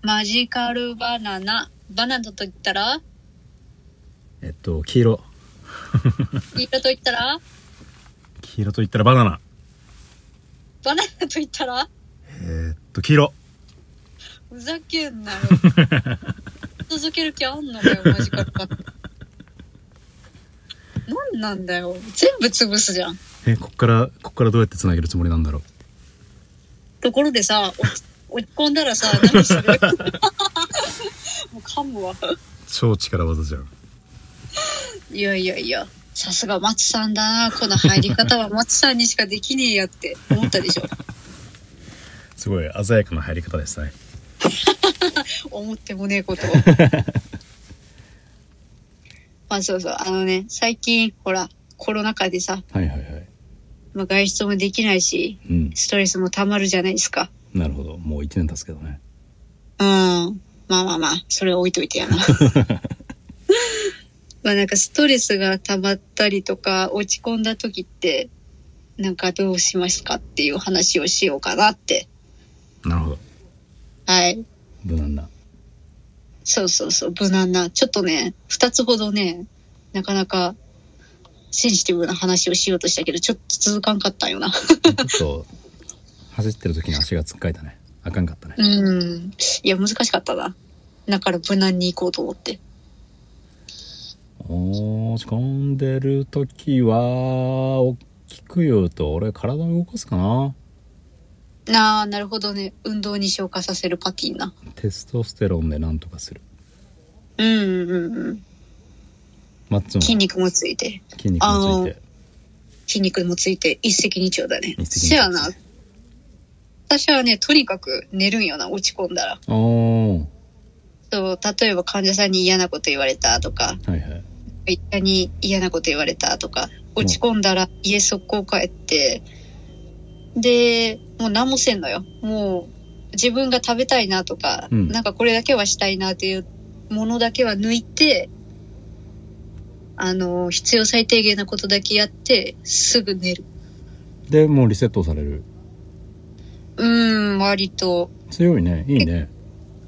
マジカルバナナ。バナナと言ったら黄色。 黄色と言ったら黄色と言ったらバナナ。 バナナと言ったら黄色。 ふざけんなよ。続ける気あんのかよ、マジカルバナナ。なんなんだよ。全部潰すじゃん。 こっからどうやってつなげるつもりなんだろう。 ところでさ、落ち込んだらさ、何する？もう噛むわ。 超力技じゃん。 いや、さすが松さんだな。この入り方は松さんにしかできねえやって思ったでしょ。 すごい鮮やかな入り方ですね。 思ってもねえことを。まあそうそう、最近ほらコロナ禍でさ、 はいはいはい。 まあ、外出もできないし、ストレスもたまるじゃないですか。 なるほど。もう1年経つけどね。 まあそれは置いといてやな。まあなんかストレスがたまったりとか落ち込んだ時ってなんかどうしますかっていう話をしようかなって。 なるほど。 はい。 無難な。 そう無難な。ちょっとね2つほどねなかなかセンシティブな話をしようとしたけどちょっと続かんかったんよな。 ちょっと走ってる時に足がつっかえたね。あかんかったね。 いや難しかったな。だから無難に行こうと思って。 落ち込んでる時は大きく言うと俺体を動かすかな。 なるほどね。運動に消化させるパティンな。 テストステロンでなんとかする。マッツン筋肉もついて筋肉もついて一石二鳥だね。せやな。私はねとにかく寝るんよな。落ち込んだら。そう例えば患者さんに嫌なこと言われたとか、医者に嫌なこと言われたとか、落ち込んだら家速攻帰ってでもう何もせんのよ。もう自分が食べたいなとか、なんかこれだけはしたいなっていうものだけは抜いて必要最低限なことだけやってすぐ寝る。 でもうリセットされる。 割と強いね。いいね。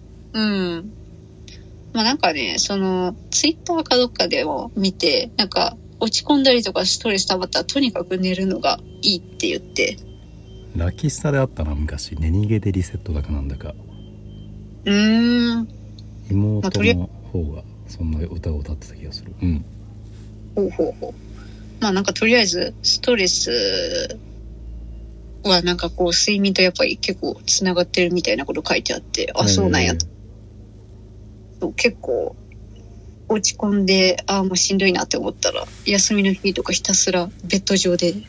まあなんかねそのツイッターかどっかでも見てなんか落ち込んだりとかストレス溜まったらとにかく寝るのがいいって言って。 ラキスタであったな昔。寝逃げでリセットだかなんだか。妹の方がそんな歌を歌ってた気がする。 まあなんかとりあえずストレスはなんかこう睡眠とやっぱり結構つながってるみたいなこと書いてあって、そうなんやと。結構落ち込んでもうしんどいなって思ったら休みの日とかひたすらベッド上で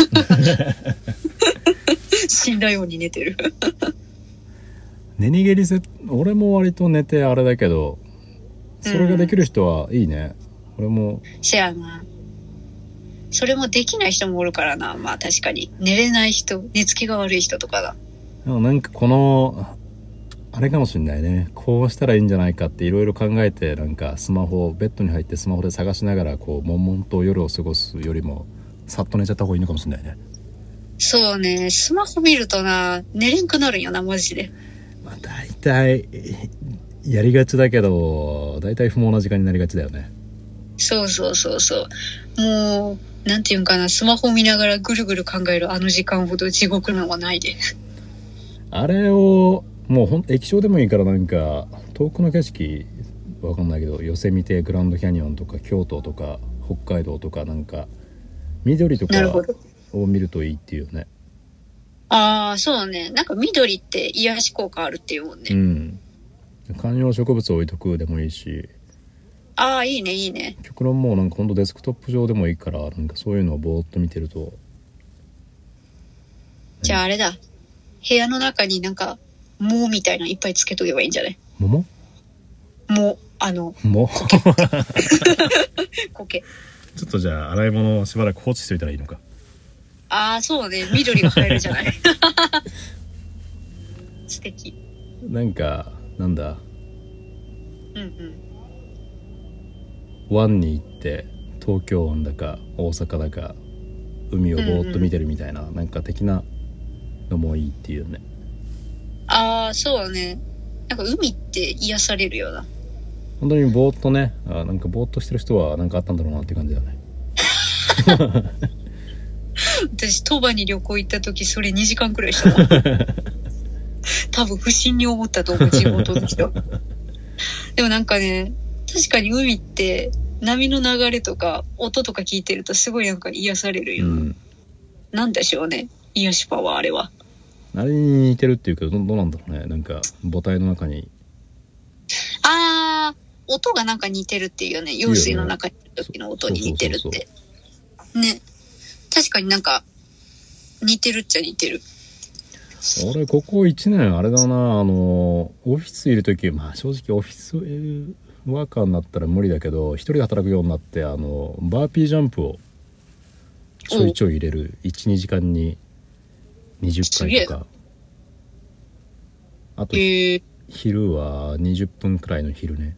死んだように寝てる。 寝逃げリセット。俺も割と寝てあれだけどそれができる人はいいね。俺もせやな。それもできない人もおるからな。まあ確かに寝れない人、寝つきが悪い人とかだ。 でもなんかこのあれかもしんないね。こうしたらいいんじゃないかっていろいろ考えてなんかスマホベッドに入ってスマホで探しながらこう悶々と夜を過ごすよりもさっと寝ちゃった方がいいのかもしんないね。 そうね。スマホ見るとな寝れんくなるんよなマジで。 まあ大体やりがちだけど大体不毛な時間になりがちだよね。 そうもうなんていうんかな、スマホ見ながらぐるぐる考える時間ほど地獄のはないで。 あれをもう液晶でもいいからなんか遠くの景色わかんないけどヨセミテグランドキャニオンとか京都とか北海道とかなんか緑とかを見るといいっていうね。 そうね。なんか緑って癒し効果あるっていうもんね。 観葉植物置いとくでもいいし。 いいね。 極論もうなんかほんとデスクトップ上でもいいからなんかそういうのをぼーっと見てると。 じゃああれだ。部屋の中になんか藻みたいなのいっぱいつけとけばいいんじゃない？ 藻苔。 ちょっとじゃあ洗い物をしばらく放置しといたらいいのか。 そうね。緑が入るじゃない。素敵。 なんかなんだ。湾に行って東京湾だか大阪だか海をぼーっと見てるみたいな、なんか的なのもいいっていうね。 そうね。 なんか海って癒されるような。 本当にぼーっとね、なんかぼーっとしてる人はなんかあったんだろうなって感じだね。 私鳥羽に旅行行った時それ2時間くらいしたもん。多分不審に思ったと思う、地元の人。でもなんかね、確かに海って波の流れとか音とか聞いてるとすごいなんか癒されるような、なんでしょうね、癒しパワー。あれはあれに似てるっていうか、どうなんだろうね。なんか母体の中に音がなんか似てるっていうよね。用水の中にいる時の音に似てるってね。確かになんか似てるっちゃ似てる。 俺ここ1年あれだな、オフィスいる時、まあ正直オフィスワーカーになったら無理だけど、一人で働くようになってバーピージャンプをちょいちょい入れる。 1,2 時間に20回とか。あと昼は20分くらいの昼ね。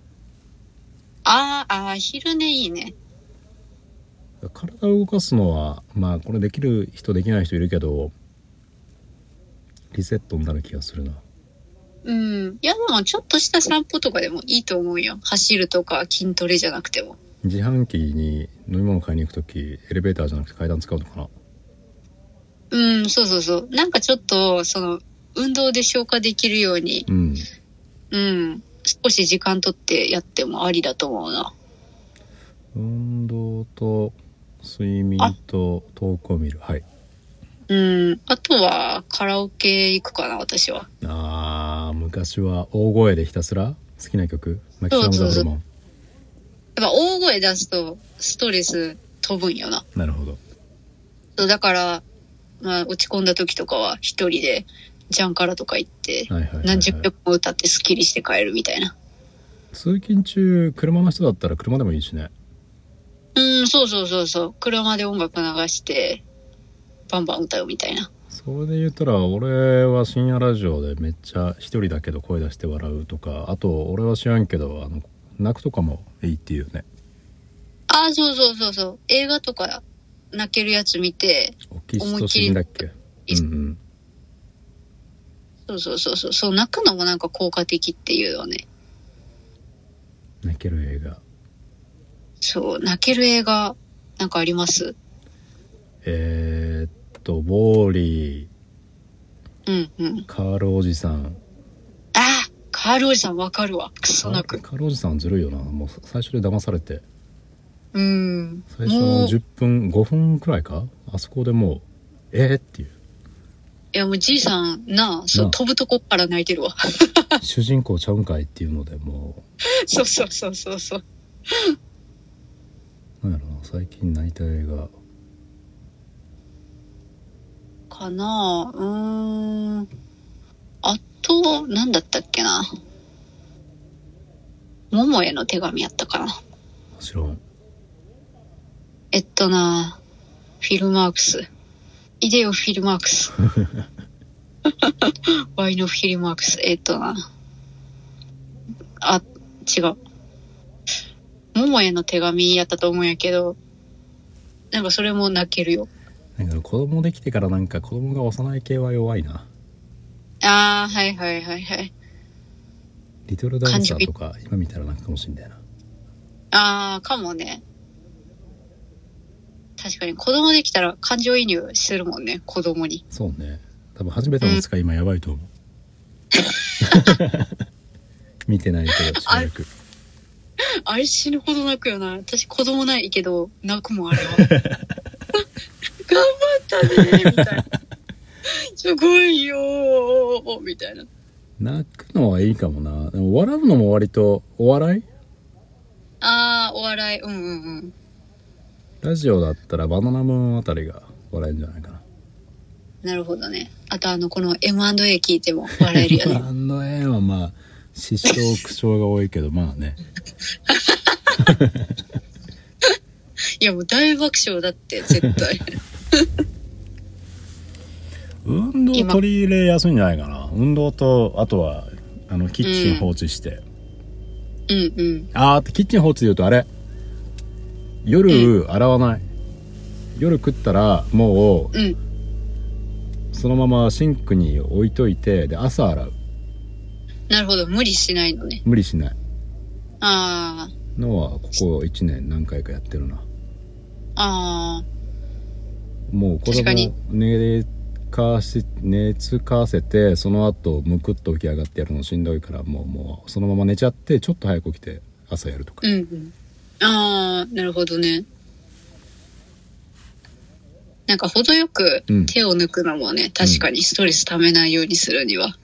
昼寝いいね。 体を動かすのはまあこれできる人できない人いるけど、リセットになる気がするな。 いやでもちょっとした散歩とかでもいいと思うよ。走るとか筋トレじゃなくても。 自販機に飲み物買いに行くときエレベーターじゃなくて階段使うのかな。 そうそうそう。なんかちょっとその運動で消化できるように、少し時間取ってやってもありだと思うな。 運動と睡眠と遠くを見る。はい。 あとはカラオケ行くかな、私は。 昔は大声でひたすら好きな曲、マキシマムザホルモン。 やっぱ大声出すとストレス飛ぶんよな。 なるほど。 そうだからまあ落ち込んだ時とかは一人でジャンカラとか行って、何十曲も歌ってスッキリして帰るみたいな。 通勤中車の人だったら車でもいいしね。 そうそうそうそう。車で音楽流してバンバン歌うみたいな。 それで言ったら俺は深夜ラジオでめっちゃ一人だけど声出して笑うとか、あと俺は知らんけど泣くとかもいいっていうね。 そうそうそうそう。映画とか泣けるやつ見てオキシトシンだっけ。 そうそうそうそう。そう泣くのもなんか効果的っていうよね。 泣ける映画。 そう泣ける映画なんかあります？ ウォーリー、カールおじさん。 カールおじさんわかるわ。クソ泣く。 カールおじさんずるいよな。もう最初で騙されて。最初の10分5分くらいか、あそこでもうっていう。 いやもうじいさん飛ぶとこから泣いてるわ。 主人公ちゃうんかいっていうのでもう。 そうそうそうそうそう。 なんやろな、最近泣いた映画かな。あとなんだったっけな。桃への手紙やったかな。もちろん。 フィルマークス。イデオフィルマークス。ワイのフィルマークス。違う。桃への手紙やったと思うんやけど、なんかそれも泣けるよ。 なんか子供できてからなんか子供が幼い系は弱いな。 はいはいはいはい。 リトルダンサーとか今見たら泣くかもしれないな。 かもね。確かに子供できたら感情移入するもんね、子供に。 そうね。多分初めての使い今やばいと思う。見てないけどしばらく。 あれ死ぬほど泣くよな。私子供ないけど泣くもんあれは。頑張ったねみたいな。すごいよみたいな。 泣くのはいいかもな。でも笑うのも割とお笑い？ お笑い。ラジオだったらバナナムーンあたりが笑えるんじゃないかな。 なるほどね。あとこの M&A 聞いても笑えるよね。 M&A はまあ失笑苦笑が多いけどまあね。 いやもう大爆笑だって絶対。 運動取り入れやすいんじゃないかな。運動とあとはキッチン放置して、キッチン放置で言うとあれ夜洗わない、夜食ったらもう、そのままシンクに置いといてで朝洗う。 なるほど、無理しないのね。 無理しないあのはここ1年何回かやってるな。 あもう子供熱かせてその後むくっと起き上がってやるのしんどいから、もうそのまま寝ちゃってちょっと早く起きて朝やるとか。 うんうん。ああ、なるほどね。なんか程よく手を抜くのもね、確かにストレスためないようにするには。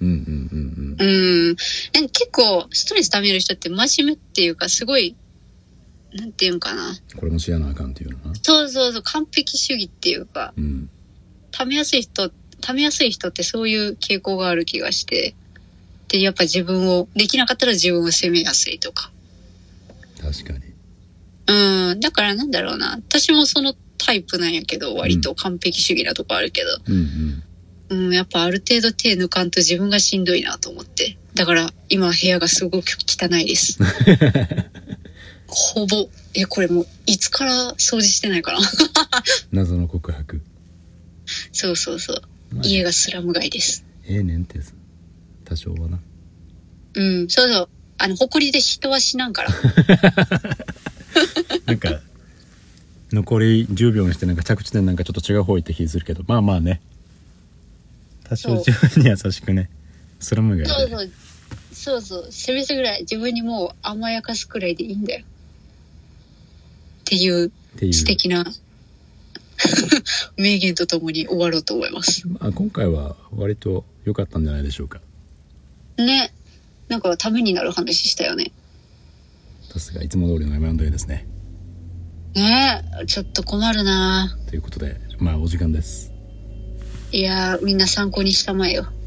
なんか結構ストレスためる人って真面目っていうか、すごいなんていうんかな。 これもしやなあかんっていうのな。 そう完璧主義っていうか、ためやすい人ってそういう傾向がある気がして、でやっぱ自分をできなかったら自分を責めやすいとか。 確かに。 だからなんだろうな、私もそのタイプなんやけど、割と完璧主義なとこあるけど、やっぱある程度手抜かんと自分がしんどいなと思って、だから今部屋がすごく汚いです。ほぼこれもういつから掃除してないかな。 謎の告白。 そう、家がスラム街です。 ねんって多少はな。 そう埃で人は死なんから。 なんか残り10秒にしてなんか着地点なんかちょっと違う方行って気するけど、まあね、多少自分に優しくね、スラム街で。 そうせめてぐらい自分にもう甘やかすくらいでいいんだよっていう素敵な名言とともに終わろうと思います。 今回は割と良かったんじゃないでしょうかね。なんかためになる話したよね。 さすがいつも通りの M&A ですね。 ねえ、ちょっと困るな。 ということでお時間です。 いやみんな参考にしたまえよ。